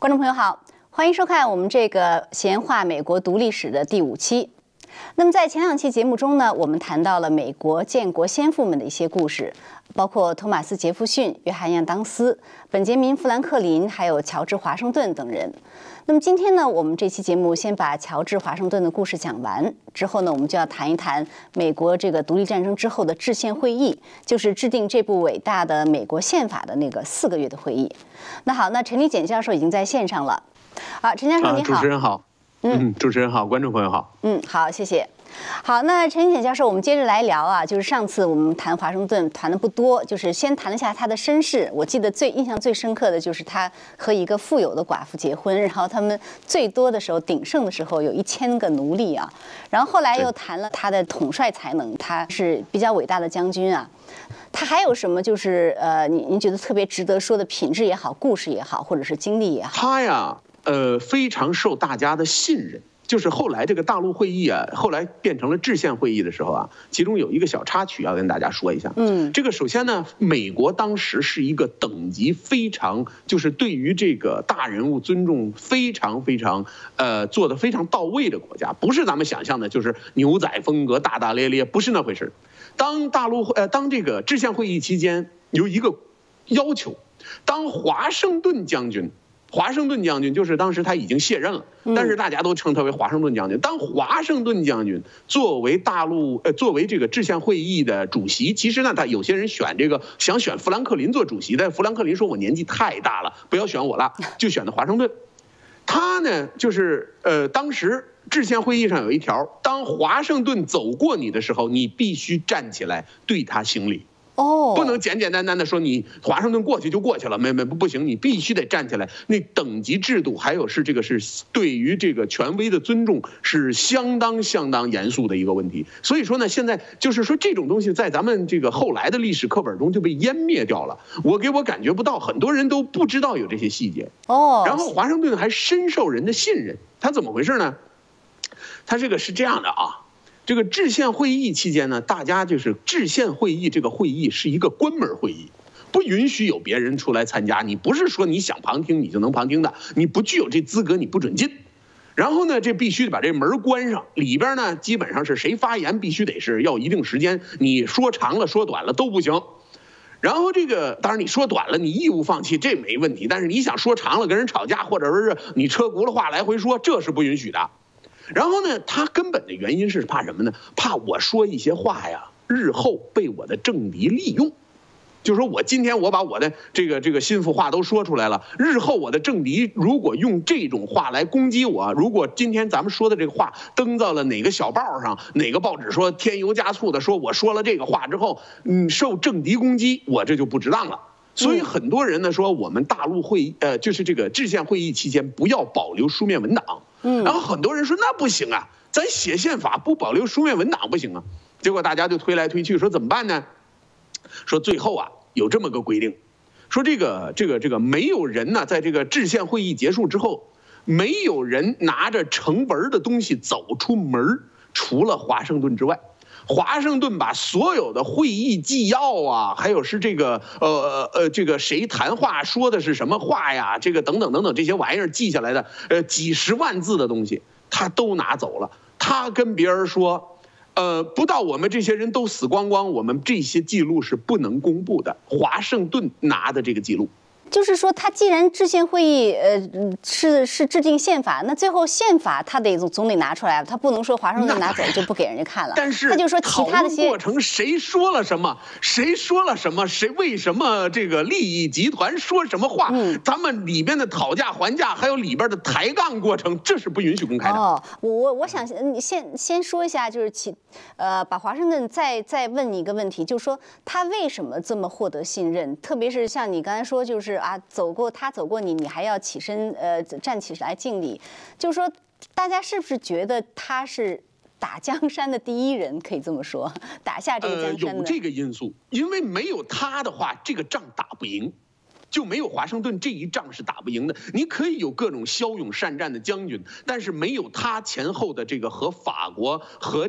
观众朋友好，欢迎收看我们这个闲话美国读历史的第5期。那么在前2期节目中呢，我们谈到了美国建国先父们的一些故事，包括托马斯·杰弗逊、约翰·亚当斯、本杰明·富兰克林，还有乔治·华盛顿等人。那么今天呢，我们这期节目先把乔治·华盛顿的故事讲完，之后呢，我们就要谈一谈美国这个独立战争之后的制宪会议，就是制定这部伟大的美国宪法的那个4个月的会议。那好，那陈立简教授已经在线上了。好，陈教授你好。 主持人好。主持人好，观众朋友好。 好，谢谢。好，那陈立简教授，我们接着来聊啊，就是上次我们谈华盛顿谈的不多，就是先谈了一下他的身世。我记得印象最深刻的就是他和一个富有的寡妇结婚，然后他们最多的时候鼎盛的时候有1000个奴隶啊。然后后来又谈了他的统帅才能，他是比较伟大的将军啊。他还有什么就是您觉得特别值得说的品质也好，故事也好，或者是经历也好？ 他呀，非常受大家的信任。就是后来这个大陆会议啊，后来变成了制宪会议的时候啊，其中有一个小插曲要跟大家说一下。这个首先呢，美国当时是一个等级非常，就是对于这个大人物尊重非常做得非常到位的国家，不是咱们想象的，就是牛仔风格大大咧咧，不是那回事。当这个制宪会议期间有一个要求，当华盛顿将军就是当时他已经卸任了，但是大家都称他为华盛顿将军。当华盛顿将军作为这个制宪会议的主席，其实呢，他有些人想选富兰克林做主席，但富兰克林说我年纪太大了，不要选我了，就选的华盛顿。他呢，就是当时制宪会议上有一条，当华盛顿走过你的时候，你必须站起来对他行礼。不能简简单单的说你华盛顿过去就过去了，不行，你必须得站起来。那等级制度还有是对于这个权威的尊重是相当严肃的一个问题。所以说呢，现在就是说这种东西在咱们这个后来的历史课本中就被湮灭掉了。我感觉不到，很多人都不知道有这些细节。然后华盛顿还深受人的信任，他怎么回事呢？他这个是这样的啊。这个制宪会议期间呢，大家就是制宪会议这个会议是一个关门会议，不允许有别人出来参加。你不是说你想旁听你就能旁听的，你不具有这资格你不准进。然后呢，这必须得把这门关上，里边呢基本上是谁发言必须得是要一定时间，你说长了说短了都不行。然后这个当然你说短了你义务放弃这没问题，但是你想说长了跟人吵架，或者是你车轱辘话来回说，这是不允许的。然后呢，他根本的原因是怕什么呢？怕我说一些话呀，日后被我的政敌利用。就是说我今天我把我的这个心腹话都说出来了，日后我的政敌如果用这种话来攻击我，如果今天咱们说的这个话登到了哪个小报上，哪个报纸说添油加醋的说我说了这个话之后，受政敌攻击，我这就不值当了。所以很多人呢说我们大陆会议就是这个制宪会议期间不要保留书面文档。然后很多人说那不行啊，咱写宪法不保留书面文档不行啊。结果大家就推来推去，说怎么办呢？说最后啊有这么个规定，说这个没有人呢，在这个制宪会议结束之后，没有人拿着成文的东西走出门，除了华盛顿之外。华盛顿把所有的会议纪要啊，还有是这个谁谈话说的是什么话呀，这个等等这些玩意儿记下来的几十万字的东西，他都拿走了。他跟别人说，不到我们这些人都死光光，我们这些记录是不能公布的。华盛顿拿的这个记录。 就是说，他既然制宪会议是制定宪法，那最后宪法他总得拿出来，他不能说华盛顿拿走就不给人家看了。 但是他就说其他的些过程谁说了什么，谁为什么这个利益集团说什么话，咱们里边的讨价还价，还有里边的抬杠过程，这是不允许公开的。 我想你先说一下，就是把华盛顿再问你一个问题，就是说他为什么这么获得信任？特别是像你刚才说，就是他走过你，你还要起身站起来敬礼，就是说大家是不是觉得他是打江山的第一人？可以这么说，打下这个江山的。 有这个因素，因为没有他的话，这个仗打不赢。就没有华盛顿这一仗是打不赢的。你可以有各种骁勇善战的将军，但是没有他前后的这个和法国和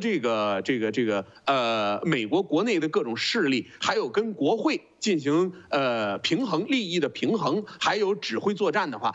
美国国内的各种势力，还有跟国会进行平衡利益的平衡，还有指挥作战的话。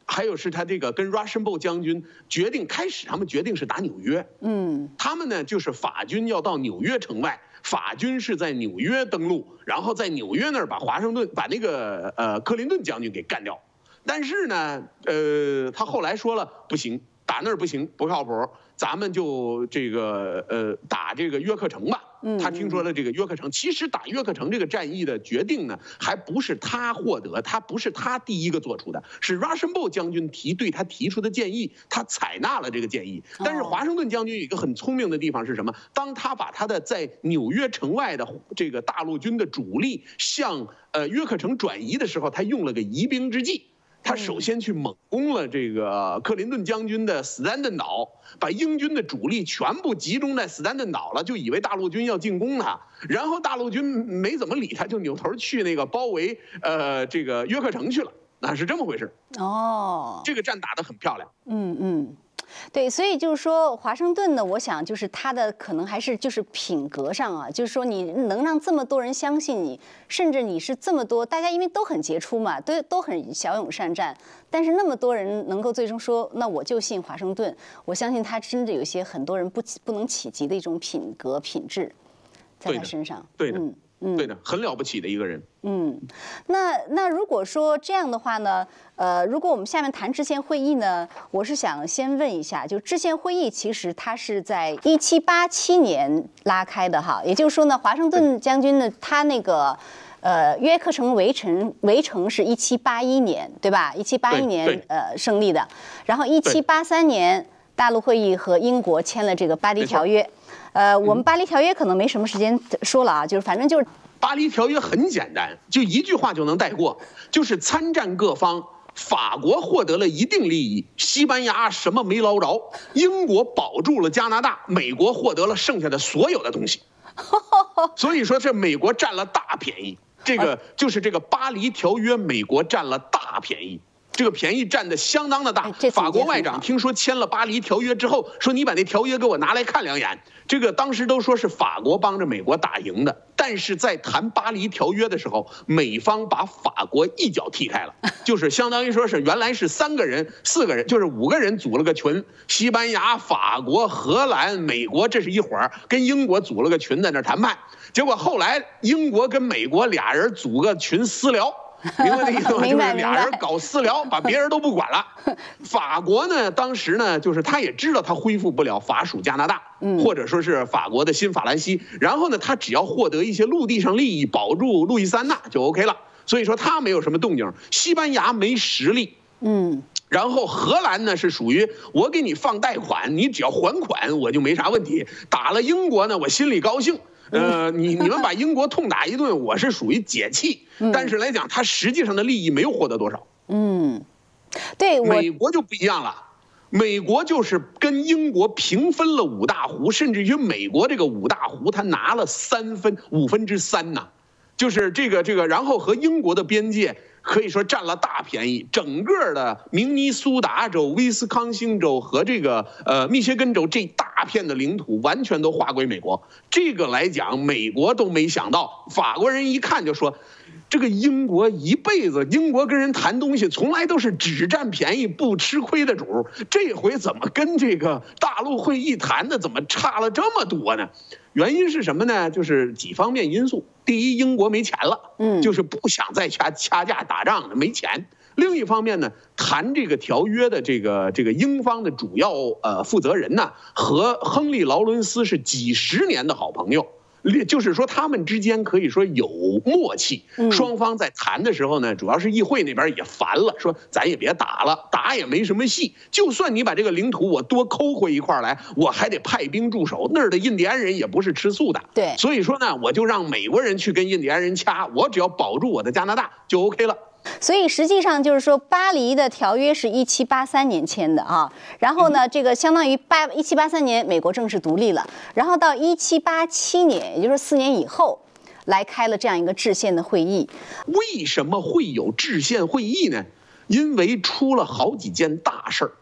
还有是他这个跟 Rochambeau 将军他们决定是打纽约，他们呢就是法军要到纽约城外，法军是在纽约登陆，然后在纽约那儿把那个克林顿将军给干掉，但是呢，他后来说了不行，打那儿不行，不靠谱，咱们就这个打这个约克城吧。他听说了这个约克城，其实打约克城这个战役的决定呢，还不是他获得，他不是他第一个做出的，是 Rochambeau 将军对他提出的建议，他采纳了这个建议。但是华盛顿将军有一个很聪明的地方是什么？当他把他的在纽约城外的这个大陆军的主力向约克城转移的时候，他用了个疑兵之计。他首先去猛攻了这个克林顿将军的斯丹顿岛，把英军的主力全部集中在斯丹顿岛了，就以为大陆军要进攻他，然后大陆军没怎么理他，就扭头去那个包围这个约克城去了，那是这么回事。这个战打得很漂亮。 对，所以就是说，华盛顿呢，我想就是他的可能还是就是品格上啊，就是说你能让这么多人相信你，甚至你是这么多大家因为都很杰出嘛，都很骁勇善战，但是那么多人能够最终说，那我就信华盛顿，我相信他真的有一些很多人不能企及的一种品格品质，在他身上。 对的。对的，很了不起的一个人。 那如果说这样的话呢，如果我们下面谈制宪会议呢，我是想先问一下，就制宪会议其实它是在1787年拉开的哈，也就是说呢，华盛顿将军呢，他那个约克城围城是1781年，对吧？1781年胜利的，然后1783年大陆会议和英国签了这个巴黎条约。我们巴黎条约可能没什么时间说了啊，就是反正就是巴黎条约很简单，就一句话就能带过，就是参战各方，法国获得了一定利益，西班牙什么没捞着，英国保住了加拿大，美国获得了剩下的所有的东西。所以说这美国占了大便宜，这个就是这个巴黎条约，美国占了大便宜。这个便宜占的相当的大。法国外长听说签了巴黎条约之后，说你把那条约给我拿来看两眼。这个当时都说是法国帮着美国打赢的，但是在谈巴黎条约的时候，美方把法国一脚踢开了，就是相当于说是原来是4个人，就是5个人组了个群，西班牙、法国、荷兰、美国这是一伙儿，跟英国组了个群在那谈判。结果后来英国跟美国俩人组个群私聊。明白这意思吗？就是俩人搞私聊，把别人都不管了。法国呢，当时呢，就是他也知道他恢复不了法属加拿大，或者说是法国的新法兰西。然后呢，他只要获得一些陆地上利益，保住路易斯安那就 OK 了。所以说他没有什么动静。西班牙没实力，然后荷兰呢是属于我给你放贷款，你只要还款我就没啥问题。打了英国呢，我心里高兴。你们把英国痛打一顿，我是属于解气，但是来讲，他实际上的利益没有获得多少。 对， 美国就不一样了，美国就是跟英国平分了5大湖，甚至于美国这个5大湖，他拿了5分之3呐，就是这个，然后和英国的边界可以说占了大便宜，整个的明尼苏达州、威斯康星州和这个密歇根州这大片的领土完全都划归美国。这个来讲，美国都没想到，法国人一看就说，这个英国一辈子，英国跟人谈东西从来都是只占便宜不吃亏的主，这回怎么跟这个大陆会议谈的怎么差了这么多呢？原因是什么呢？就是几方面因素。第一，英国没钱了，就是不想再掐架打仗了，没钱。另一方面呢，谈这个条约的这个英方的主要负责人呢，和亨利·劳伦斯是几十年的好朋友。就是说他们之间可以说有默契，双方在谈的时候呢，主要是议会那边也烦了，说咱也别打了，打也没什么戏，就算你把这个领土我多抠回一块来，我还得派兵驻守，那儿的印第安人也不是吃素的， 对， 所以说呢，我就让美国人去跟印第安人掐，我只要保住我的加拿大就 OK 了。 所以实际上就是说，巴黎的条约是1783年签的啊，然后呢，这个相当于1783年美国正式独立了，然后到1787年，也就是4年以后，来开了这样一个制宪的会议。 为什么会有制宪会议呢？因为出了好几件大事儿。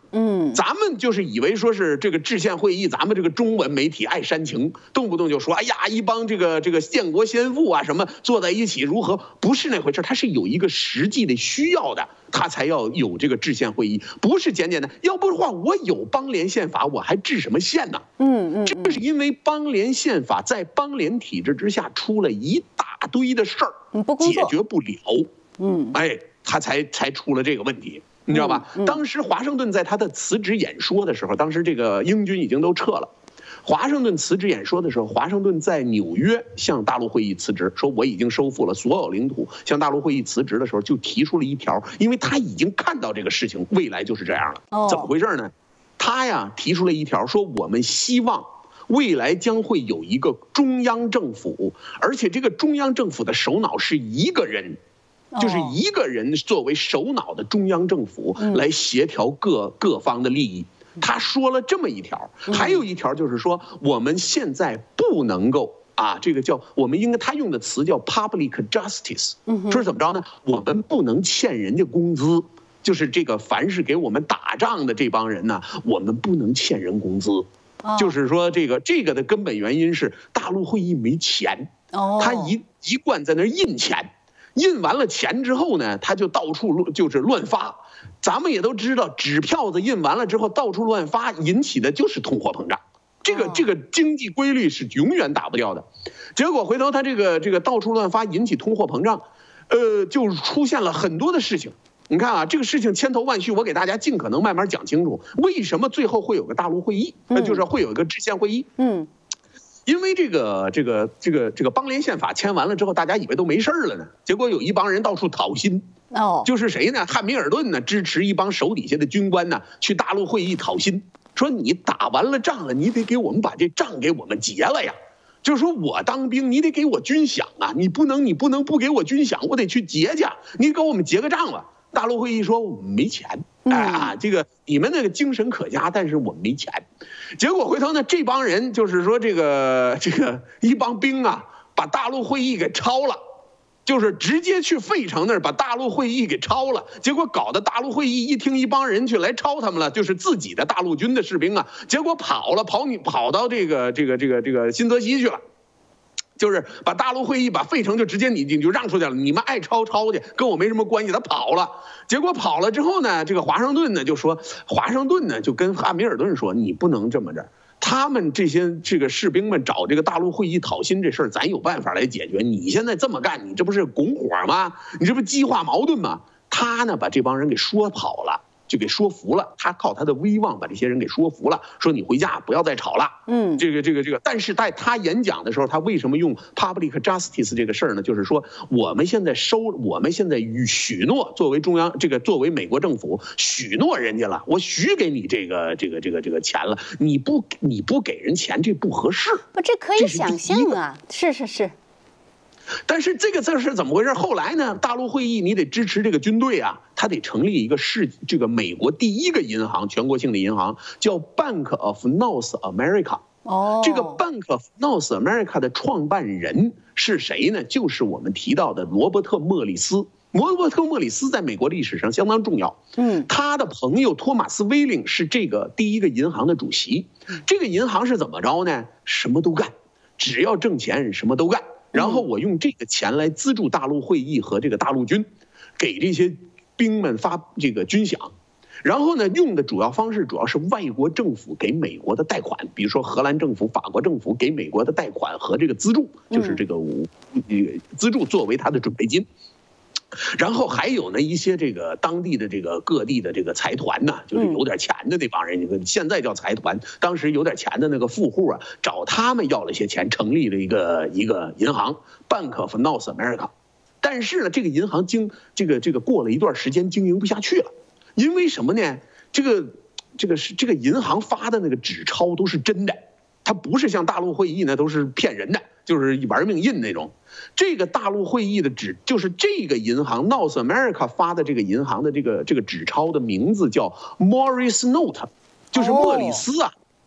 咱们就是以为说是这个制宪会议，咱们这个中文媒体爱煽情，动不动就说哎呀一帮这个建国先父啊什么坐在一起如何，不是那回事，它是有一个实际的需要的，它才要有这个制宪会议，不是简简单，要不的话我有邦联宪法我还制什么宪呢？这是因为邦联宪法在邦联体制之下出了一大堆的事儿，解决不了，哎，他才出了这个问题。你知道吧？当时华盛顿在他的辞职演说的时候，当时这个英军已经都撤了。华盛顿辞职演说的时候，华盛顿在纽约向大陆会议辞职，说我已经收复了所有领土。向大陆会议辞职的时候，就提出了一条，因为他已经看到这个事情未来就是这样了。怎么回事呢？他呀提出了一条，说我们希望未来将会有一个中央政府，而且这个中央政府的首脑是一个人。就是一个人作为首脑的中央政府来协调各方的利益。他说了这么一条，还有一条就是说，我们现在不能够这个叫我们应该他用的词叫 public justice，说是怎么着呢？我们不能欠人家工资，就是这个凡是给我们打仗的这帮人呢，我们不能欠人工资。就是说这个的根本原因是大陆会议没钱，他一贯在那儿印钱。印完了钱之后呢，他就到处就是乱发。咱们也都知道，纸票子印完了之后到处乱发，引起的就是通货膨胀。这个经济规律是永远打不掉的。结果回头他这个到处乱发引起通货膨胀，就出现了很多的事情。你看啊，这个事情千头万绪，我给大家尽可能慢慢讲清楚。为什么最后会有个大陆会议？就是会有一个制宪会议。因为这个邦联宪法签完了之后，大家以为都没事了呢，结果有一帮人到处讨薪。就是谁呢？汉密尔顿呢支持一帮手底下的军官呢去大陆会议讨薪，说你打完了仗了，你得给我们把这仗给我们结了呀。就是说我当兵，你得给我军饷啊，你不能不给我军饷，我得去结去，你给我们结个账吧。大陆会议说我们没钱，这个你们那个精神可嘉，但是我们没钱。结果回头呢，这帮人就是说这个一帮兵啊，把大陆会议给抄了，就是直接去费城那儿把大陆会议给抄了。结果搞得大陆会议一听一帮人去来抄他们了，就是自己的大陆军的士兵啊，结果跑到这个新泽西去了。就是把大陆会议把费城就直接你就让出去了，你们爱抄去，跟我没什么关系。他跑了，结果跑了之后呢，这个华盛顿呢就跟汉密尔顿说，你不能这么着，他们这个士兵们找这个大陆会议讨薪这事儿，咱有办法来解决。你现在这么干，你这不是拱火吗？你这不激化矛盾吗？他呢把这帮人给说跑了。就给说服了，他靠他的威望把这些人给说服了，说你回家不要再吵了。这个，但是在他演讲的时候，他为什么用 public justice 这个事儿呢？就是说我们现在许诺作为中央作为美国政府许诺人家了，我许给你这个钱了，你不给人钱，这不合适。 这可以想象啊，是。 但是这个字是怎么回事？后来呢，大陆会议你得支持这个军队啊，他得成立一个美国第一个银行，全国性的银行，叫 Bank of North America。这个 Bank of North America 的创办人是谁呢？就是我们提到的罗伯特·莫里斯。罗伯特·莫里斯在美国历史上相当重要。他的朋友托马斯·威领是这个第一个银行的主席。这个银行是怎么着呢？什么都干，只要挣钱什么都干。然后我用这个钱来资助大陆会议和这个大陆军，给这些兵们发这个军饷。然后呢，用的主要方式主要是外国政府给美国的贷款，比如说荷兰政府、法国政府给美国的贷款和这个资助，就是这个资助作为他的准备金。然后还有呢一些这个当地的各地的财团呢，就是有点钱的那帮人，现在叫财团，当时有点钱的那个富户啊，找他们要了一些钱，成立了一个银行 Bank of North America。但是呢，这个银行过了一段时间经营不下去了，因为什么呢？这个银行发的那个纸钞都是真的，它不是像大陆会议呢都是骗人的，就是玩命印那种。这个大陆会议的就是这个银行 North America 发的这个银行的这个纸钞的名字叫 Morris Note， 就是莫里斯啊。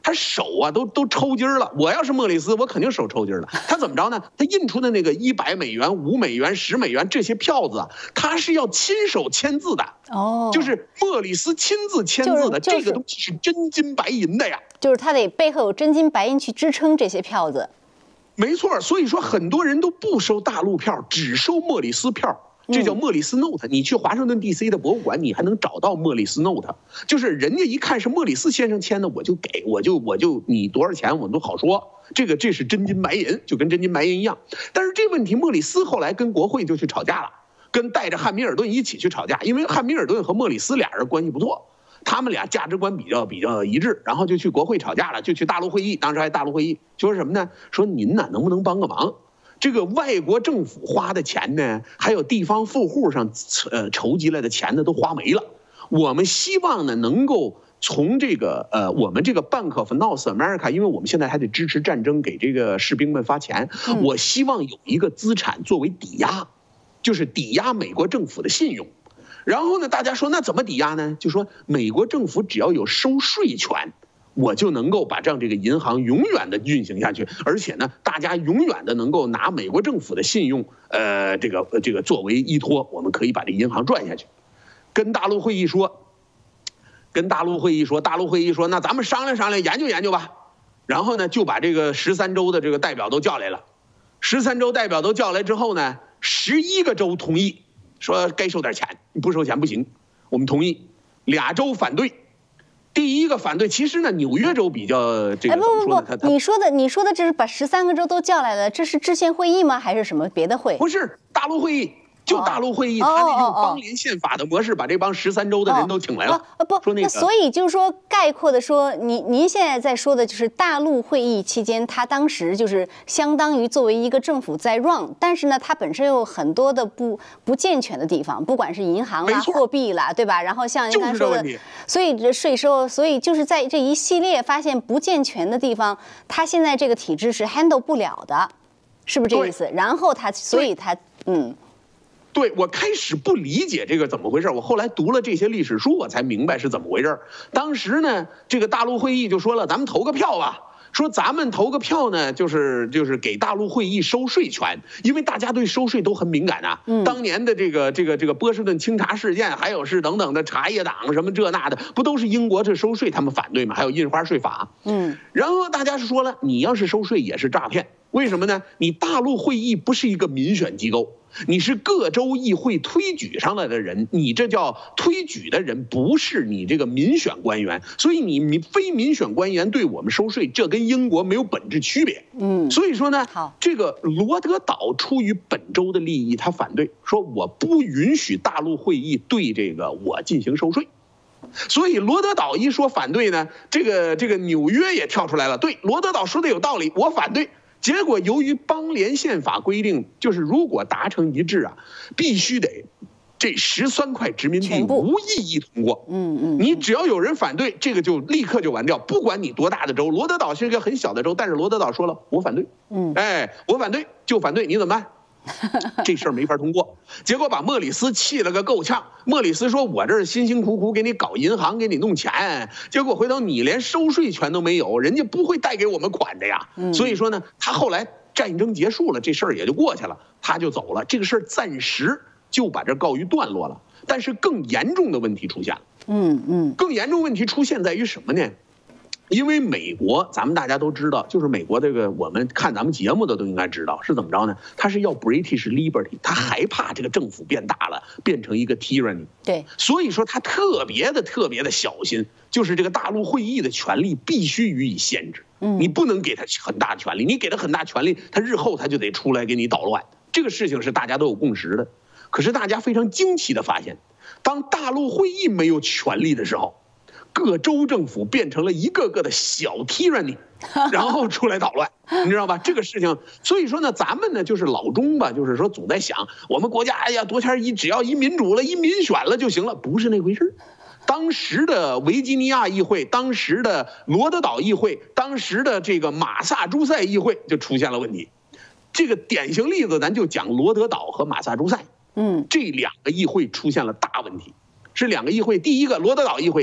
他手啊都抽筋了。我要是莫里斯，我肯定手抽筋了。他怎么着呢？他印出的那个100美元、5美元、10美元这些票子啊，他是要亲手签字的。哦，就是莫里斯亲自签字的，这个东西是真金白银的呀。 就是他得背后有真金白银去支撑这些票子。 没错，所以说很多人都不收大陆票，只收莫里斯票。这叫莫里斯 Note， 你去华盛顿 DC 的博物馆，你还能找到莫里斯 Note， 就是人家一看是莫里斯先生签的，我就给，我就你多少钱我都好说，这是真金白银，就跟真金白银一样。但是这问题莫里斯后来跟国会就去吵架了，跟带着汉密尔顿一起去吵架，因为汉密尔顿和莫里斯俩人关系不错，他们俩价值观比较一致，然后就去国会吵架了，就去大陆会议，当时还大陆会议，说什么呢？说您呢能不能帮个忙？这个外国政府花的钱呢，还有地方富户上筹集来的钱呢，都花没了。我们希望呢，能够从这个我们这个 Bank of North America， 因为我们现在还得支持战争，给这个士兵们发钱。我希望有一个资产作为抵押，就是抵押美国政府的信用。然后呢，大家说那怎么抵押呢？就说美国政府只要有收税权，我就能够把这个银行永远的运行下去，而且呢，大家永远的能够拿美国政府的信用，这个作为依托，我们可以把这银行转下去。跟大陆会议说，大陆会议说，那咱们商量商量，研究研究吧。然后呢，就把这个13州的这个代表都叫来了。13州代表都叫来之后呢，11个州同意，说该收点钱，你不收钱不行，我们同意。2州反对。第一个反对，其实呢，纽约州比较这个怎么说呢？ 你说的这是把13个州都叫来了，这是制宪会议吗？还是什么别的会？ 不是大陆会议，就大陆会议，他利用邦联宪法的模式，把这帮13州的人都请来了。 不， 说那个， 所以就是说概括的说，您现在在说的就是大陆会议期间，他当时就是相当于作为一个政府在 run， 但是呢，它本身有很多的不健全的地方，不管是银行啦、货币啦，对吧？然后像您刚才说的，所以这税收，所以就是在这一系列发现不健全的地方，它现在这个体制是 handle 不了的，是不是这意思？然后所以他对，我开始不理解这个怎么回事，我后来读了这些历史书，我才明白是怎么回事。当时呢，这个大陆会议就说了，咱们投个票吧。说咱们投个票呢，就是给大陆会议收税权，因为大家对收税都很敏感啊。当年的这个波士顿清查事件，还有是等等的茶叶党什么这那的，不都是英国这收税他们反对吗？还有印花税法。然后大家是说了，你要是收税也是诈骗，为什么呢？你大陆会议不是一个民选机构。你是各州议会推举上来的人，你这叫推举的人，不是你这个民选官员，所以你非民选官员对我们收税，这跟英国没有本质区别。所以说呢，这个罗德岛出于本州的利益，他反对，说我不允许大陆会议对这个我进行收税。所以罗德岛一说反对呢，这个纽约也跳出来了，对，罗德岛说的有道理，我反对。结果由于邦联宪法规定，就是如果达成一致啊，必须得这13块殖民地无异议通过。你只要有人反对，这个就立刻就完掉，不管你多大的州。罗德岛是一个很小的州，但是罗德岛说了，我反对。我反对就反对，你怎么办？这事儿没法通过，结果把莫里斯气了个够呛。莫里斯说：“我这儿辛辛苦苦给你搞银行，给你弄钱，结果回头你连收税权都没有，人家不会贷给我们款的呀。”所以说呢，他后来战争结束了，这事儿也就过去了，他就走了。这个事儿暂时就把这告于段落了。但是更严重的问题出现了。更严重问题出现在于什么呢？因为美国，咱们大家都知道，就是美国这个，我们看咱们节目的都应该知道是怎么着呢？他是要 British Liberty， 他害怕这个政府变大了，变成一个 tyranny。 对， 所以说他特别的小心，就是这个大陆会议的权力必须予以限制。你不能给他很大权力，你给他很大权力，他日后他就得出来给你捣乱。这个事情是大家都有共识的。可是大家非常惊奇的发现，当大陆会议没有权力的时候，各州政府变成了一个个的小 tyranny， 然后出来捣乱，你知道吧？这个事情，所以说呢，咱们呢就是老中吧，就是说总在想，我们国家哎呀多钱只要一民主了，一民选了就行了，不是那回事。当时的维吉尼亚议会，当时的罗德岛议会，当时的这个马萨诸塞议会就出现了问题。这个典型例子，咱就讲罗德岛和马萨诸塞。这2个议会出现了大问题，是2个议会。第一个罗德岛议会，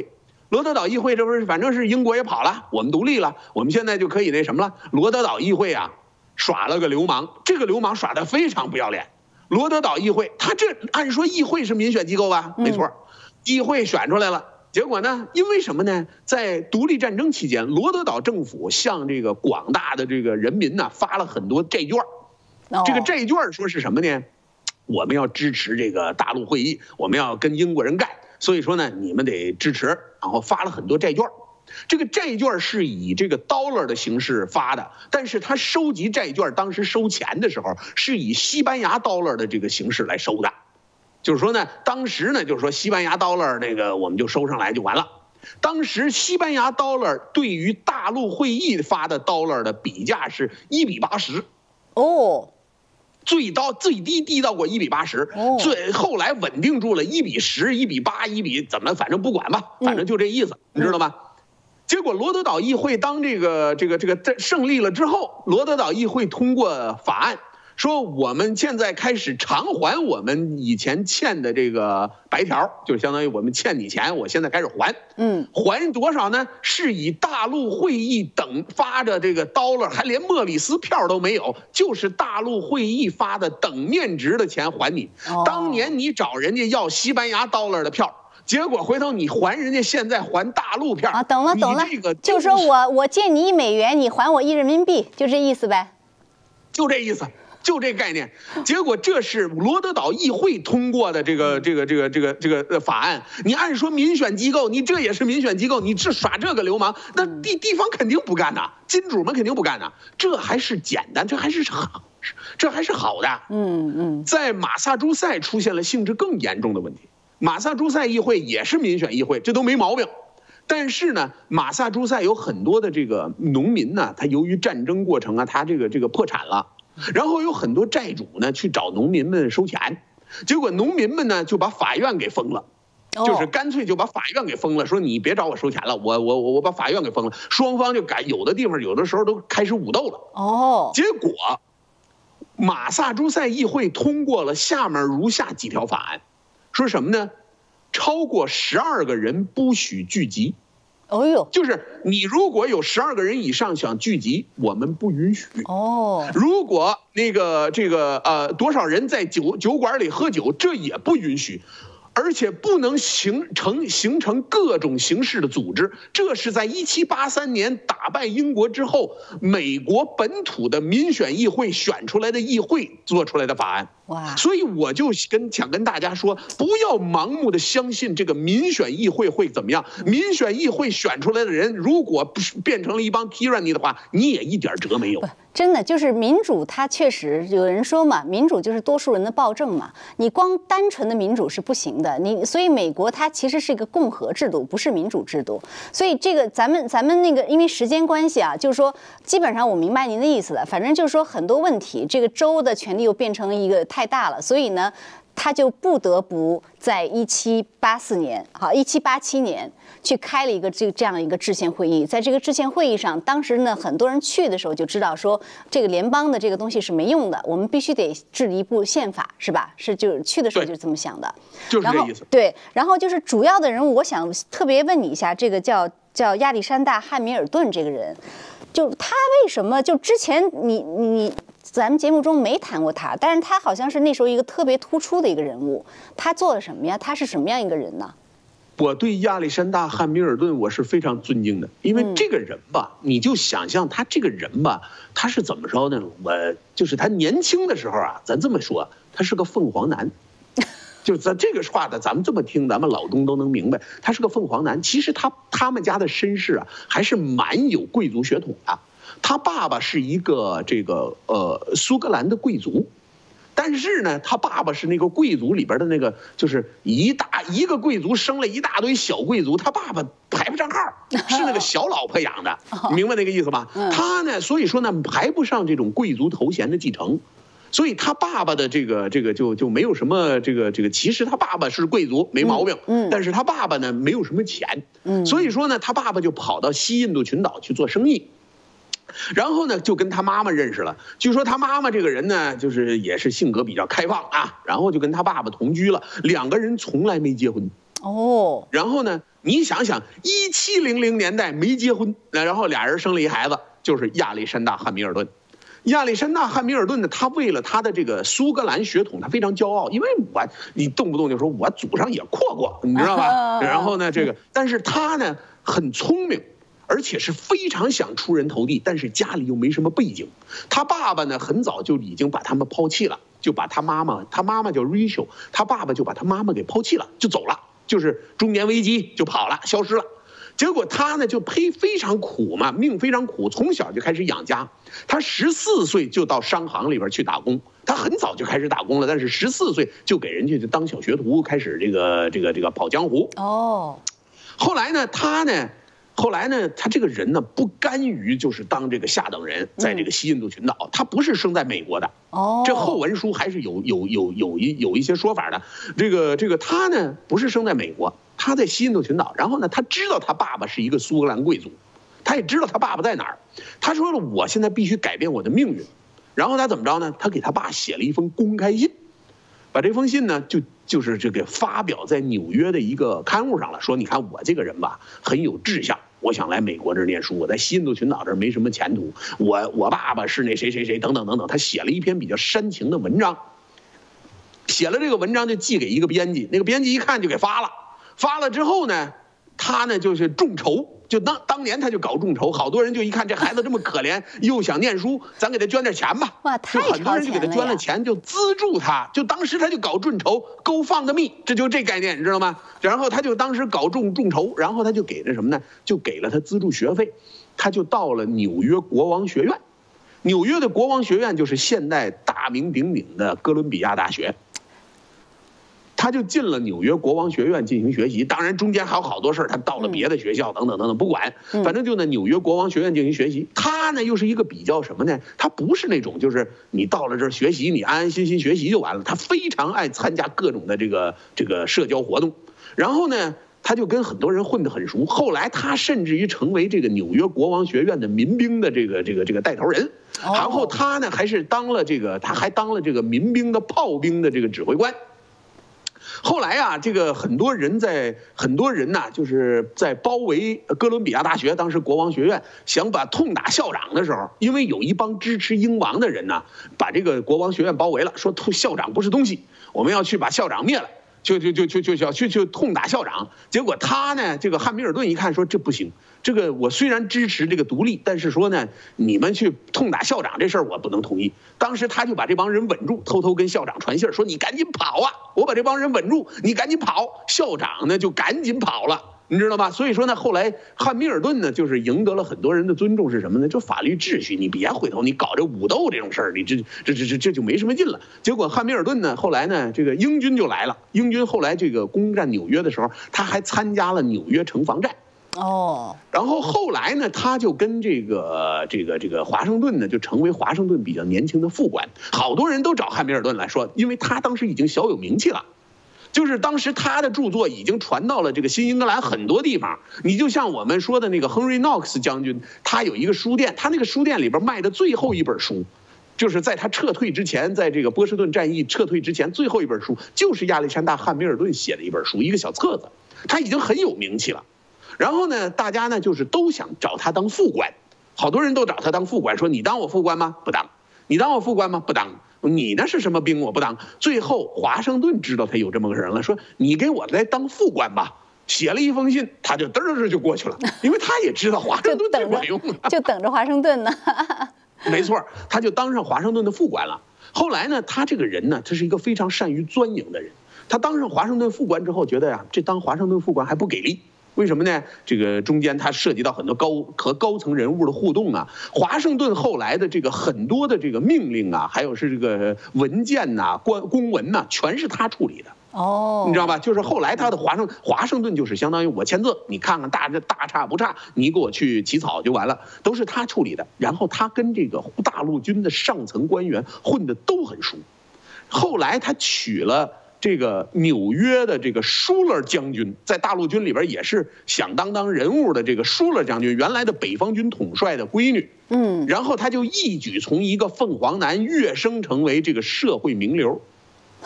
罗德岛议会这不是反正是英国也跑了，我们独立了，我们现在就可以那什么了。罗德岛议会啊，耍了个流氓，这个流氓耍得非常不要脸。罗德岛议会，他这按说议会是民选机构吧？没错，议会选出来了。结果呢？因为什么呢？在独立战争期间，罗德岛政府向这个广大的这个人民呢发了很多债券。这个债券说是什么呢？我们要支持这个大陆会议，我们要跟英国人干，所以说呢，你们得支持，然后发了很多债券。这个债券是以这个 dollar 的形式发的，但是他收集债券当时收钱的时候是以西班牙 dollar 的这个形式来收的。就是说呢，当时呢，就是说西班牙 dollar 那个我们就收上来就完了。当时西班牙 dollar 对于大陆会议发的 dollar 的比价是1比80。 哦， 最低低到过1比80，最后来稳定住了1比10、1比8、1比怎么，反正不管吧，反正就这意思，你知道吗？结果罗德岛议会当这个胜利了之后，罗德岛议会通过法案。说我们现在开始偿还我们以前欠的这个白条，就是相当于我们欠你钱，我现在开始还。还多少呢？是以大陆会议等发的这个 dollar， 还连莫里斯票都没有，就是大陆会议发的等面值的钱还你。当年你找人家要西班牙 dollar 的票，结果回头你还人家现在还大陆票啊？ 懂了，就是说我借你1美元，你还我1人民币，就这意思呗？ 就这意思。就这概念，结果这是罗德岛议会通过的这个法案。你按说民选机构，你这也是民选机构，你这耍这个流氓，那地方肯定不干呐，金主们肯定不干呐。这还是简单，这还是好的。在马萨诸塞出现了性质更严重的问题。马萨诸塞议会也是民选议会，这都没毛病。但是呢，马萨诸塞有很多的这个农民呢，他由于战争过程啊，他这个破产了。然后有很多债主呢去找农民们收钱，结果农民们呢就把法院给封了，就是干脆就把法院给封了，说你别找我收钱了，我把法院给封了。双方就有的地方有的时候都开始武斗了。结果马萨诸塞议会通过了下面如下几条法案，说什么呢？超过12个人不许聚集。就是你如果有12个人以上想聚集，我们不允许。如果多少人在酒馆里喝酒，这也不允许。而且不能形成各种形式的组织，这是在1783年打败英国之后，美国本土的民选议会选出来的议会做出来的法案。所以我就想跟大家说，不要盲目的相信这个民选议会会怎么样。民选议会选出来的人，如果变成了一帮 tyranny 的话，你也一点辙没有。 真的就是民主，它确实有人说嘛，民主就是多数人的暴政嘛。你光单纯的民主是不行的，所以美国它其实是一个共和制度，不是民主制度。所以这个咱们那个因为时间关系啊，就是说基本上我明白您的意思了。反正就是说很多问题，这个州的权力又变成一个太大了，所以呢，他就不得不在1787年去开了一个这样一个制宪会议。在这个制宪会议上，当时呢很多人去的时候就知道说，这个联邦的这个东西是没用的，我们必须得制一部宪法，是吧？就是去的时候就是这么想的， 就是这意思。 对，然后就是主要的人物，我想特别问你一下，这个叫亚历山大·汉密尔顿这个人，就他为什么就之前咱们节目中没谈过他，但是他好像是那时候一个特别突出的一个人物。他做了什么呀？他是什么样一个人呢？ 我对亚历山大·汉密尔顿我是非常尊敬的，因为这个人吧，你就想象他这个人吧，他是怎么着呢？就是他年轻的时候啊，咱这么说，他是个凤凰男。就咱这个话的，咱们这么听，咱们老东都能明白，他是个凤凰男。其实他们家的身世啊，还是蛮有贵族血统的。他爸爸是一个苏格兰的贵族，但是呢，他爸爸是那个贵族里边的那个，就是一个贵族生了一大堆小贵族，他爸爸排不上号，是那个小老婆养的，明白那个意思吧？他呢，所以说呢，排不上这种贵族头衔的继承。所以他爸爸的这个就没有什么这个，其实他爸爸是贵族没毛病，但是他爸爸呢没有什么钱，所以说呢，他爸爸就跑到西印度群岛去做生意。然后呢，就跟他妈妈认识了。据说他妈妈这个人呢，就是也是性格比较开放啊，然后就跟他爸爸同居了。2个人从来没结婚， 哦， 然后呢，你想想，1700年代没结婚，然后俩人生了一孩子，就是亚历山大·汉密尔顿。亚历山大·汉密尔顿呢，他为了他的这个苏格兰血统，他非常骄傲，因为你动不动就说我祖上也阔过，你知道吧？然后呢，但是他呢很聪明，而且是非常想出人头地，但是家里又没什么背景。他爸爸呢很早就已经把他们抛弃了，就把他妈妈叫 Rachel， 他爸爸就把他妈妈给抛弃了，就走了，就是中年危机就跑了，消失了。结果他呢就非常苦嘛，命非常苦，从小就开始养家。他14岁就到商行里边去打工，他很早就开始打工了，但是14岁就给人家就当小学徒，开始这个跑江湖。哦，后来呢，他这个人呢不甘于就是当这个下等人，在这个西印度群岛，他不是生在美国的。哦，这后文书还是有一些说法的。这个他呢不是生在美国。他在西印度群岛，然后呢，他知道他爸爸是一个苏格兰贵族，他也知道他爸爸在哪儿。他说了，我现在必须改变我的命运。然后他怎么着呢？他给他爸写了一封公开信，把这封信呢就是这个发表在纽约的一个刊物上了。说你看我这个人吧，很有志向，我想来美国这儿念书，我在西印度群岛这儿没什么前途。我爸爸是那谁等等等等。他写了一篇比较煽情的文章，写了这个文章就寄给一个编辑，那个编辑一看就给发了。发了之后呢，他呢就是众筹，就当年他就搞众筹，好多人就一看这孩子这么可怜，又想念书，咱给他捐点钱吧。哇，太超前了呀！就很多人就给他捐了钱，就资助他，就当时他就搞众筹 ，GoFundMe， 这概念，你知道吗？然后他就当时搞众筹，然后他就给了什么呢？就给了他资助学费，他就到了纽约国王学院。纽约的国王学院就是现代大名鼎鼎的哥伦比亚大学。他就进了纽约国王学院进行学习，当然中间还有好多事儿，他到了别的学校等等等等，不管，反正就在纽约国王学院进行学习。他呢又是一个比较什么呢？他不是那种就是你到了这儿学习，你安安心心学习就完了。他非常爱参加各种的这个社交活动，然后呢，他就跟很多人混得很熟。后来他甚至于成为这个纽约国王学院的民兵的这个带头人，然后他呢还当了这个民兵的炮兵的这个指挥官。后来啊，这个很多人呐，就是在包围哥伦比亚大学，当时国王学院想把痛打校长的时候，因为有一帮支持英王的人呢，把这个国王学院包围了，说校长不是东西，我们要去把校长灭了，就痛打校长。结果他呢，这个汉密尔顿一看说这不行，这个我虽然支持这个独立，但是说呢，你们去痛打校长这事儿我不能同意。当时他就把这帮人稳住，偷偷跟校长传信说你赶紧跑啊，我把这帮人稳住，你赶紧跑。校长呢就赶紧跑了，你知道吧？所以说呢，后来汉密尔顿呢就是赢得了很多人的尊重，是什么呢？就法律秩序，你别回头，你搞这武斗这种事儿，你这就没什么劲了。结果汉密尔顿呢，后来呢，这个英军就来了。英军后来这个攻占纽约的时候，他还参加了纽约城防战。哦，然后后来呢，他就跟这个华盛顿呢，就成为华盛顿比较年轻的副官。好多人都找汉密尔顿来说，因为他当时已经小有名气了。就是当时他的著作已经传到了这个新英格兰很多地方。你就像我们说的那个亨利·诺克斯将军，他有一个书店，他那个书店里边卖的最后一本书，就是在他撤退之前，在这个波士顿战役撤退之前，最后一本书就是亚历山大·汉密尔顿写的一本书，一个小册子，他已经很有名气了。然后呢，大家呢就是都想找他当副官，好多人都找他当副官，说你当我副官吗？不当。你当我副官吗？不当。你那是什么兵？我不当。最后华盛顿知道他有这么个人了，说你给我来当副官吧。写了一封信，他就嘚儿就过去了，因为他也知道华盛顿最管用了， 就等着华盛顿呢。 没错，他就当上华盛顿的副官了。后来呢，他这个人呢，他是一个非常善于钻营的人。他当上华盛顿副官之后，觉得呀，这当华盛顿副官还不给力。为什么呢？这个中间它涉及到很多高层人物的互动啊。华盛顿后来的这个很多的这个命令啊，还有是这个文件呐、公文呐，全是他处理的。哦，你知道吧？就是后来他的华盛顿就是相当于我签字，你看看大差不差，你给我去起草就完了，都是他处理的。然后他跟这个大陆军的上层官员混得都很熟。后来他娶了这个纽约的这个舒勒将军，在大陆军里边也是响当人物的这个舒勒将军，原来的北方军统帅的闺女。然后他就一举从一个凤凰男跃升成为这个社会名流。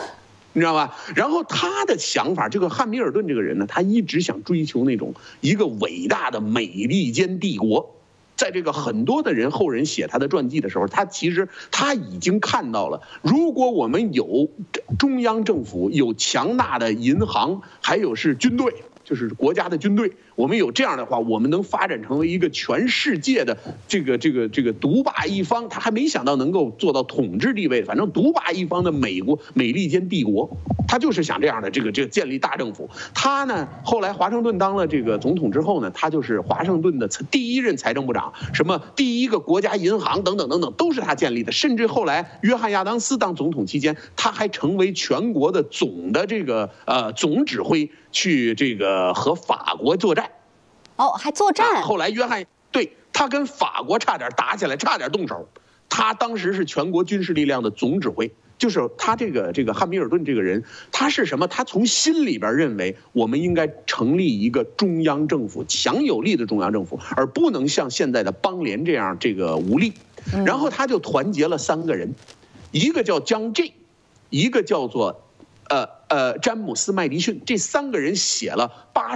你知道吧？然后他的想法，这个汉密尔顿这个人呢，他一直想追求那种一个伟大的美利坚帝国。在这个很多的人后人写他的传记的时候，其实他已经看到了，如果我们有中央政府，有强大的银行，还有是军队，就是国家的军队，我们有这样的话，我们能发展成为一个全世界的这个独霸一方。他还没想到能够做到统治地位，反正独霸一方的美利坚帝国，他就是想这样的这个建立大政府。他呢，后来华盛顿当了这个总统之后呢，他就是华盛顿的第1任财政部长，什么第1个国家银行等等等等，都是他建立的。甚至后来约翰亚当斯当总统期间，他还成为全国的总总指挥，去这个和法国作战。 哦，还作战。 后来对他跟法国差点打起来，差点动手。他当时是全国军事力量的总指挥。就是他这个汉密尔顿这个人，他是什么？他从心里边认为，我们应该成立一个中央政府，强有力的中央政府，而不能像现在的邦联这样无力。然后他就团结了3个人，一个叫江 J， 一个叫做詹姆斯麦迪逊。这3个人写了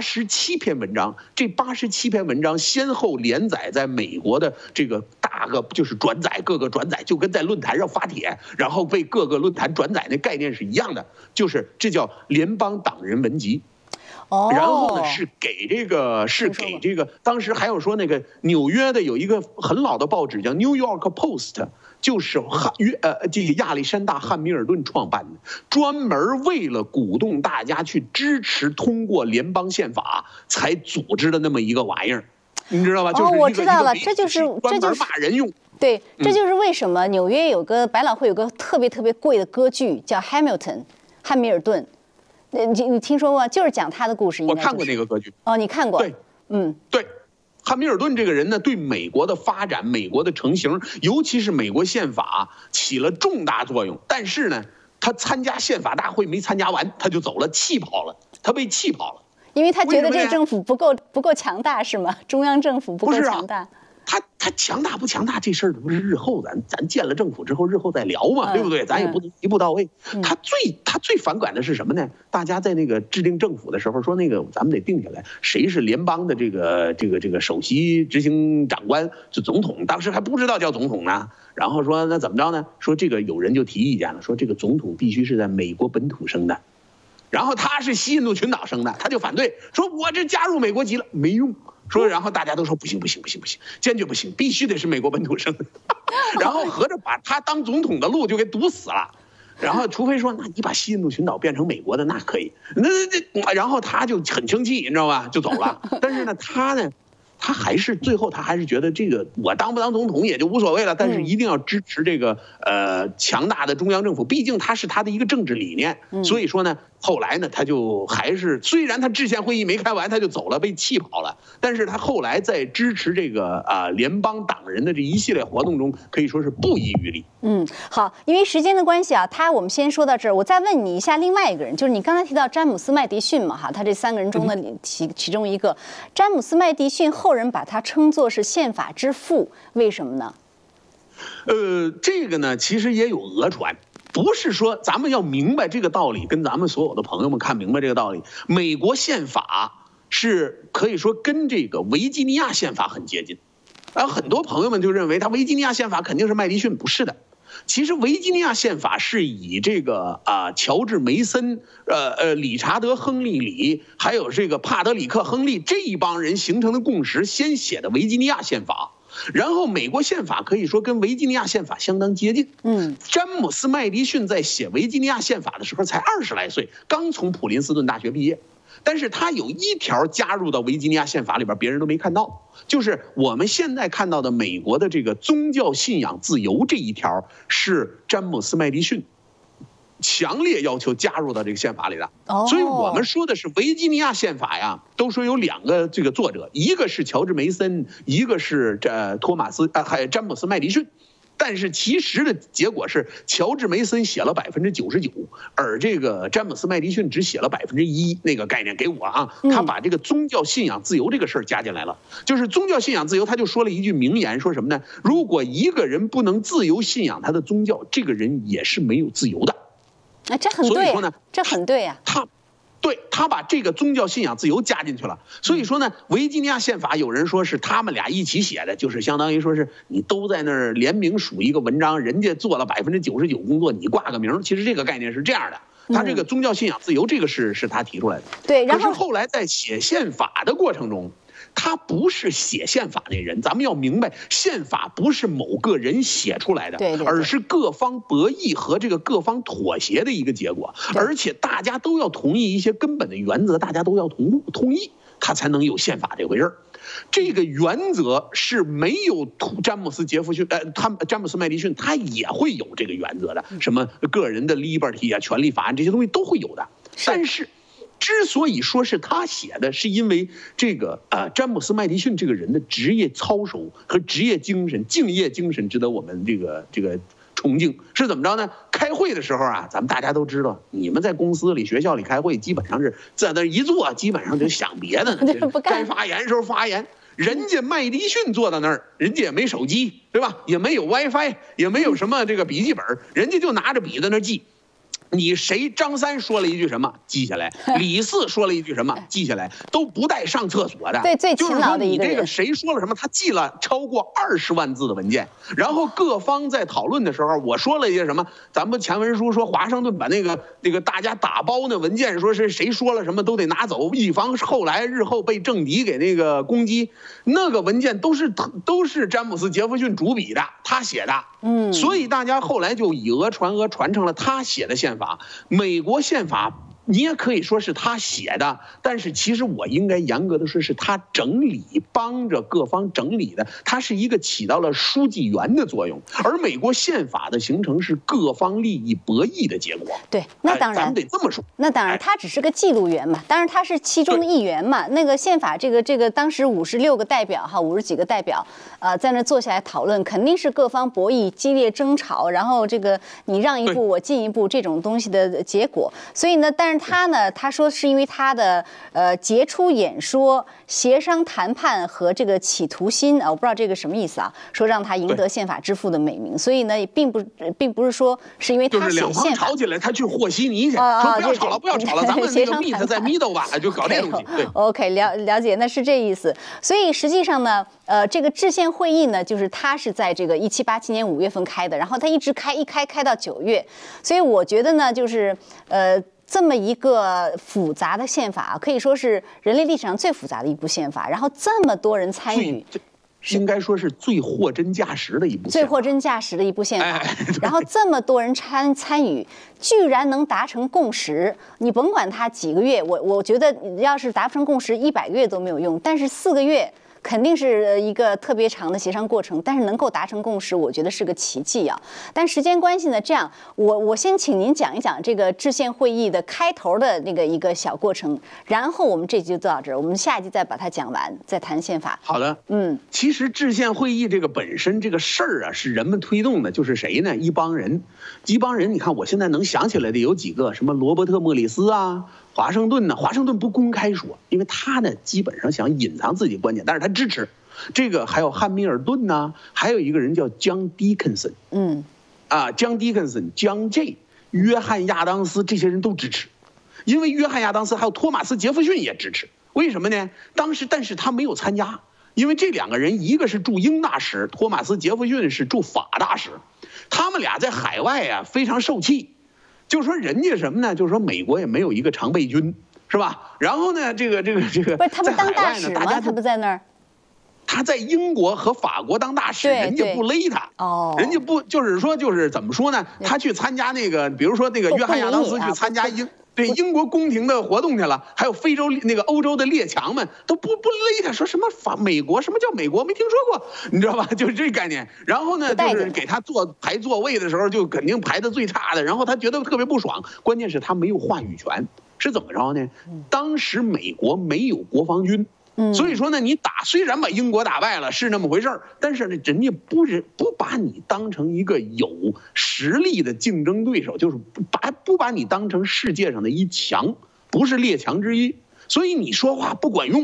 87篇文章，这87篇文章先后连载在美国的这个就是转载，各个转载，就跟在论坛上发帖，然后被各个论坛转载那概念是一样的，就是这叫联邦党人文集。然后呢，是给这个，当时还有说那个纽约的有一个很老的报纸叫 New York Post， 就是这个亚历山大·汉密尔顿创办的，专门为了鼓动大家去支持通过联邦宪法才组织的那么一个玩意儿，你知道吧？就是我知道了，这就是骂人用。 对，这就是为什么纽约有个百老汇有个特别贵的歌剧叫 Hamilton， 汉密尔顿。你听说过？就是讲他的故事。 我看过那个歌剧。 哦，你看过？ 对，对。汉密尔顿这个人呢，对美国的发展、美国的成型，尤其是美国宪法起了重大作用。但是呢，他参加宪法大会没参加完，他就走了，气跑了。他被气跑了， 因为他觉得这个政府不够强大，是吗？中央政府不够强大。 他强大不强大这事儿不是日后咱建了政府之后日后再聊嘛，对不对？咱也不能一步到位。他最反感的是什么呢？大家在那个制定政府的时候说那个咱们得定下来谁是联邦的这个首席执行长官，就总统，当时还不知道叫总统呢。然后说那怎么着呢？说这个有人就提意见了，说这个总统必须是在美国本土生的，然后他是西印度群岛生的，他就反对，说我这加入美国籍了没用。说，然后大家都说不行，坚决不行，必须得是美国本土生的，然后合着把他当总统的路就给堵死了。然后除非说，那你把西印度群岛变成美国的，那可以。然后他就很生气，你知道吧，就走了。但是呢，他还是最后他还是觉得这个我当不当总统也就无所谓了，但是一定要支持这个强大的中央政府，毕竟他是他的一个政治理念。所以说呢，后来呢，他就还是虽然他制宪会议没开完他就走了，被气跑了，但是他后来在支持这个联邦党人的这一系列活动中，可以说是不遗余力。 好，因为时间的关系啊，我们先说到这儿。我再问你一下，另外一个人，就是你刚才提到詹姆斯麦迪逊嘛，哈，他这3个人中的其中一个，詹姆斯麦迪逊，后人把他称作是宪法之父，为什么呢？ 这个呢，其实也有讹传。不是说咱们要明白这个道理，跟咱们所有的朋友们看明白这个道理。美国宪法是可以说跟这个维吉尼亚宪法很接近，很多朋友们就认为他维吉尼亚宪法肯定是麦迪逊，不是的。其实维吉尼亚宪法是以这个乔治梅森、理查德亨利里，还有这个帕德里克亨利这一帮人形成的共识，先写的维吉尼亚宪法。然后美国宪法可以说跟维吉尼亚宪法相当接近。詹姆斯麦迪逊在写维吉尼亚宪法的时候才20来岁，刚从普林斯顿大学毕业。但是他有一条加入到维吉尼亚宪法里边，别人都没看到，就是我们现在看到的美国的这个宗教信仰自由这一条，是詹姆斯麦迪逊强烈要求加入到这个宪法里的。所以我们说的是维吉尼亚宪法呀，都说有2个这个作者，一个是乔治梅森，一个是还有詹姆斯麦迪逊。但是其实的结果是，乔治梅森写了99%，而这个詹姆斯麦迪逊只写了1%。那个概念给我啊，他把这个宗教信仰自由这个事儿加进来了。就是宗教信仰自由，他就说了一句名言，说什么呢？如果一个人不能自由信仰他的宗教，这个人也是没有自由的。 啊，这很对。所以说呢，这很对呀。 他把这个宗教信仰自由加进去了。所以说呢，维吉尼亚宪法有人说是他们俩一起写的，就是相当于说是你都在那儿联名署一个文章，人家做了99%工作，你挂个名。其实这个概念是这样的。他这个宗教信仰自由，这个是他提出来的。 对，然后可是后来在写宪法的过程中，他不是写宪法那人，咱们要明白，宪法不是某个人写出来的， 对， 而是各方博弈和这个各方妥协的一个结果，而且大家都要同意一些根本的原则，大家都要同意，他才能有宪法这回事儿。这个原则是没有詹姆斯麦迪逊，他也会有这个原则的，什么个人的 liberty 啊、权利法案这些东西都会有的。但是，之所以说是他写的，是因为这个詹姆斯麦迪逊这个人的职业操守和职业精神、敬业精神值得我们这个崇敬。是怎么着呢？开会的时候啊，咱们大家都知道，你们在公司里、学校里开会，基本上是在那一坐，基本上就想别的呢。该发言的时候发言。人家麦迪逊坐到那儿，人家也没手机，对吧？也没有 WiFi， 也没有什么这个笔记本，人家就拿着笔在那记。你谁张三说了一句什么记下来，李四说了一句什么记下来，都不带上厕所的。 对，最勤劳的一个人。 就是说你这个谁说了什么，他记了超过20万字的文件，然后各方在讨论的时候，我说了一些什么，咱们前文书说华盛顿把那个大家打包的文件，说是谁说了什么都得拿走，以防日后被政敌给那个攻击。那个文件都是詹姆斯杰弗逊主笔的，他写的。所以大家后来就以讹传讹，传成了他写的宪法。美国宪法你也可以说是他写的，但是其实我应该严格的说是他整理，帮着各方整理的，他是一个起到了书记员的作用。而美国宪法的形成是各方利益博弈的结果。 对，那当然， 咱们得这么说。 那当然，他只是个记录员嘛，当然他是其中的一员嘛。那个宪法这个当时56个代表50几个代表，在那坐下来讨论，肯定是各方博弈、激烈争吵，然后这个你让一步我进一步这种东西的结果。所以呢，但是他说是因为他的杰出演说、协商谈判和这个企图心啊，我不知道这个什么意思啊，说让他赢得宪法之父的美名。所以呢，并不是说是因为他写宪法， 就是两方吵起来，他去和稀泥去，说不要吵了，不要吵了，咱们那个 meet 在 middle 吧，就搞这东西。对 ，OK， 了解，那是这意思。所以实际上呢，这个制宪会议呢，就是他是在这个1787年5月份开的，然后他一直开到9月，所以我觉得呢，就是这么一个复杂的宪法，可以说是人类历史上最复杂的一部宪法，然后这么多人参与。 应该说是最货真价实的一部宪法，然后这么多人参与，居然能达成共识。你甭管他几个月，我觉得要是达不成共识，100个月都没有用。但是4个月肯定是一个特别长的协商过程，但是能够达成共识，我觉得是个奇迹啊。但时间关系呢，这样我先请您讲一讲这个制宪会议的开头的那个一个小过程，然后我们这集就到这儿，我们下一集再把它讲完，再谈宪法。 好的，其实制宪会议这个本身这个事儿啊，是人们推动的，就是谁呢？一帮人，你看我现在能想起来的有几个，什么罗伯特·莫里斯啊。华盛顿呢？华盛顿不公开说，因为他呢基本上想隐藏自己观点，但是他支持这个。还有汉密尔顿呐，还有一个人叫江迪肯森，江迪肯森、江 J、约翰亚当斯这些人都支持，因为约翰亚当斯还有托马斯杰弗逊也支持。为什么呢？当时但是他没有参加，因为这两个人一个是驻英大使，托马斯杰弗逊是驻法大使，他们俩在海外啊非常受气。就说人家什么呢？就是说美国也没有一个常备军，是吧？然后呢，这个不是他们当大使吗？他不在那儿。 他在英国和法国当大使，人家不勒他。人家不就是怎么说呢？他去参加那个，比如说那个约翰亚当斯去参加英国宫廷的活动去了，还有非洲那个欧洲的列强们都不勒他，说什么美国，什么叫美国没听说过，你知道吧？就是这概念。然后呢，就是给他排座位的时候，就肯定排的最差的，然后他觉得特别不爽。关键是他没有话语权，是怎么着呢？当时美国没有国防军。所以说呢，你虽然把英国打败了是那么回事儿，但是呢，人家不把你当成一个有实力的竞争对手，就是不把你当成世界上的一强，不是列强之一，所以你说话不管用。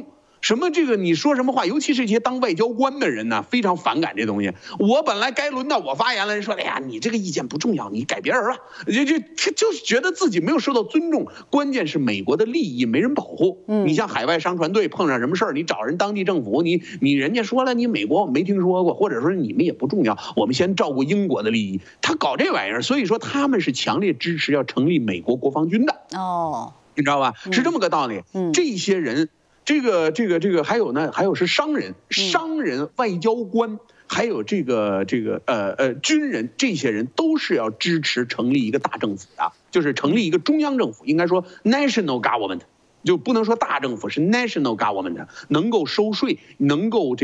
什么这个你说什么话，尤其是一些当外交官的人呢，非常反感这东西。我本来该轮到我发言了，人说，哎呀，你这个意见不重要，你改别人吧，就是觉得自己没有受到尊重。关键是美国的利益没人保护。你像海外商船队碰上什么事儿，你找人当地政府，你人家说了，你美国我没听说过，或者说你们也不重要，我们先照顾英国的利益。他搞这玩意儿，所以说他们是强烈支持要成立美国国防军的。 哦， 你知道吧？是这么个道理。这些人。这个还有呢，还有是商人、外交官，还有军人，这些人都是要支持成立一个大政府的，就是成立一个中央政府，应该说 national government， 就不能说大政府，是 national government， 能够收税，能够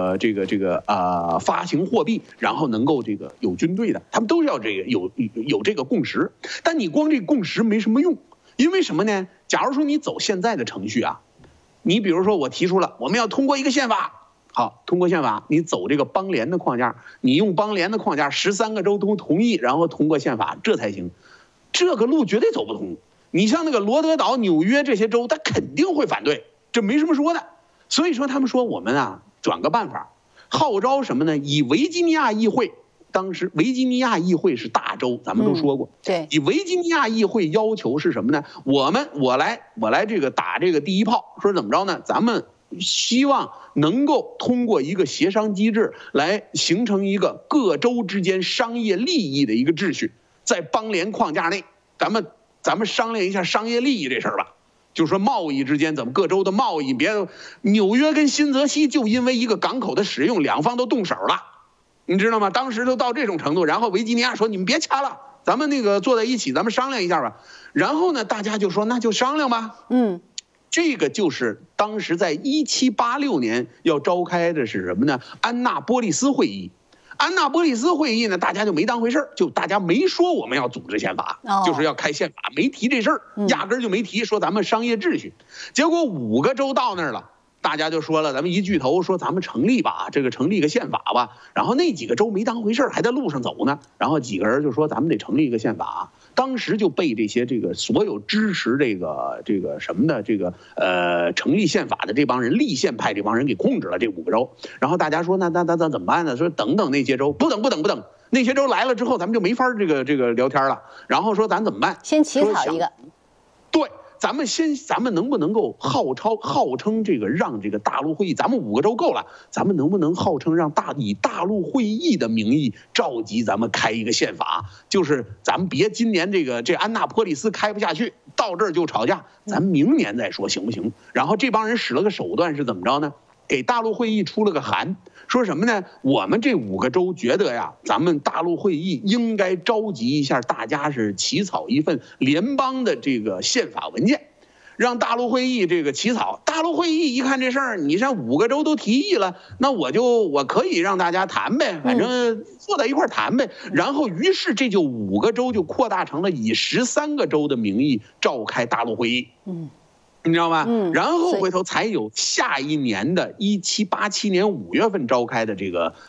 发行货币，然后能够有军队的，他们都是要有这个共识。但你光这个共识没什么用，因为什么呢？假如说你走现在的程序啊。你比如说，我提出了我们要通过一个宪法，好，通过宪法，你走这个邦联的框架，你用邦联的框架，13个州都同意，然后通过宪法，这才行。这个路绝对走不通。你像那个罗德岛、纽约这些州，他肯定会反对，这没什么说的。所以说，他们说我们啊，转个办法，号召什么呢？以维吉尼亚议会。当时维吉尼亚议会是大州，咱们都说过。 对， 以维吉尼亚议会要求是什么呢？我来打这个第一炮，说怎么着呢？咱们希望能够通过一个协商机制来形成一个各州之间商业利益的一个秩序，在邦联框架内，咱们商量一下商业利益这事儿吧。就说贸易之间怎么各州的贸易，别纽约跟新泽西就因为一个港口的使用，两方都动手了。你知道吗？当时都到这种程度，然后维吉尼亚说：“你们别掐了，咱们坐在一起，咱们商量一下吧。”然后呢，大家就说：“那就商量吧。”这个就是当时在1786年要召开的是什么呢？安纳波利斯会议。安纳波利斯会议呢，大家就没当回事儿，就大家没说我们要组织宪法，就是要开宪法，没提这事儿，压根儿就没提说咱们商业秩序。结果5个州到那儿了。大家就说了，咱们一巨头说咱们成立吧，成立一个宪法吧。然后那几个州没当回事，还在路上走呢。然后几个人就说咱们得成立一个宪法。当时就被这些所有支持什么的成立宪法的这帮人，立宪派这帮人给控制了这5个州。然后大家说那怎么办呢？说等那些州，不等，那些州来了之后，咱们就没法聊天了。然后说咱怎么办？ 先起草一个。 对。咱们能不能够号称让大陆会议，咱们5个州够了，咱们能不能号称以大陆会议的名义召集咱们开一个宪法？就是咱们别今年这安纳波利斯开不下去，到这儿就吵架，咱明年再说行不行？然后这帮人使了个手段是怎么着呢？给大陆会议出了个函，说什么呢？我们这5个州觉得呀，咱们大陆会议应该召集一下大家，是起草一份联邦的宪法文件，让大陆会议起草。大陆会议一看这事儿，你像5个州都提议了，那我可以让大家谈呗，反正坐在一块儿谈呗。然后于是这就5个州就扩大成了以13个州的名义召开大陆会议。你知道吗？然后回头才有下一年的1787年5月份召开的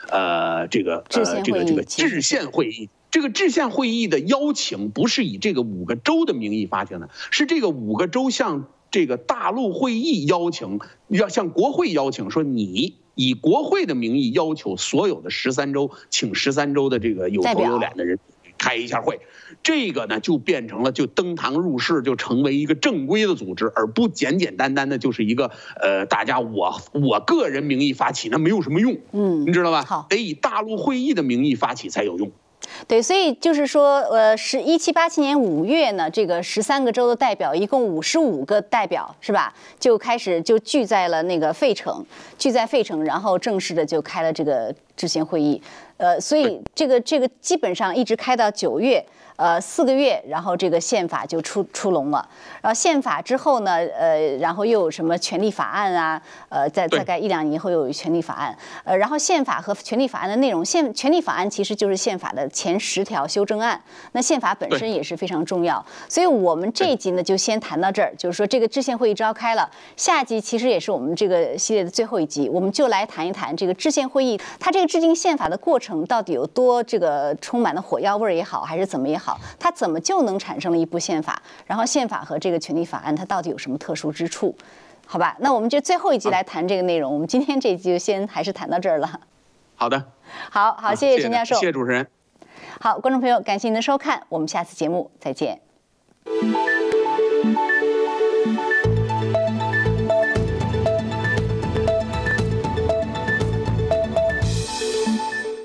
制宪会议。这个制宪会议的邀请不是以5个州的名义发行的，是5个州向大陆会议邀请，要向国会邀请，说你以国会的名义要求所有的13州，请13州的有头有脸的人开一下会。这个呢就变成了就登堂入室，就成为一个正规的组织，而不简简单单的就是一个大家我个人名义发起，那没有什么用。你知道吧？ 好， 得以大陆会议的名义发起才有用。 对，所以就是说，是1787年5月呢，这个13个州的代表，一共55个代表，是吧？就开始聚在了那个费城，然后正式的就开了这个制宪会议。所以这个基本上一直开到9月。4个月，然后这个宪法就出笼了。然后宪法之后呢，然后又有什么权利法案啊？在大概1、2年以后又有权利法案。然后宪法和权利法案的内容，权利法案其实就是宪法的前10条修正案。那宪法本身也是非常重要。所以我们这一集呢就先谈到这儿，就是说这个制宪会议召开了。下集其实也是我们这个系列的最后一集，我们就来谈一谈这个制宪会议，它这个制定宪法的过程到底有多充满了火药味也好，还是怎么也好。它怎么就能产生了一部宪法？然后宪法和这个权利法案它到底有什么特殊之处？ 好吧，那我们就最后一集来谈这个内容。我们今天这一集就先还是谈到这儿了。 好的， 好，谢谢陈教授， 谢谢主持人。 好，观众朋友，感谢您的收看，我们下次节目再见。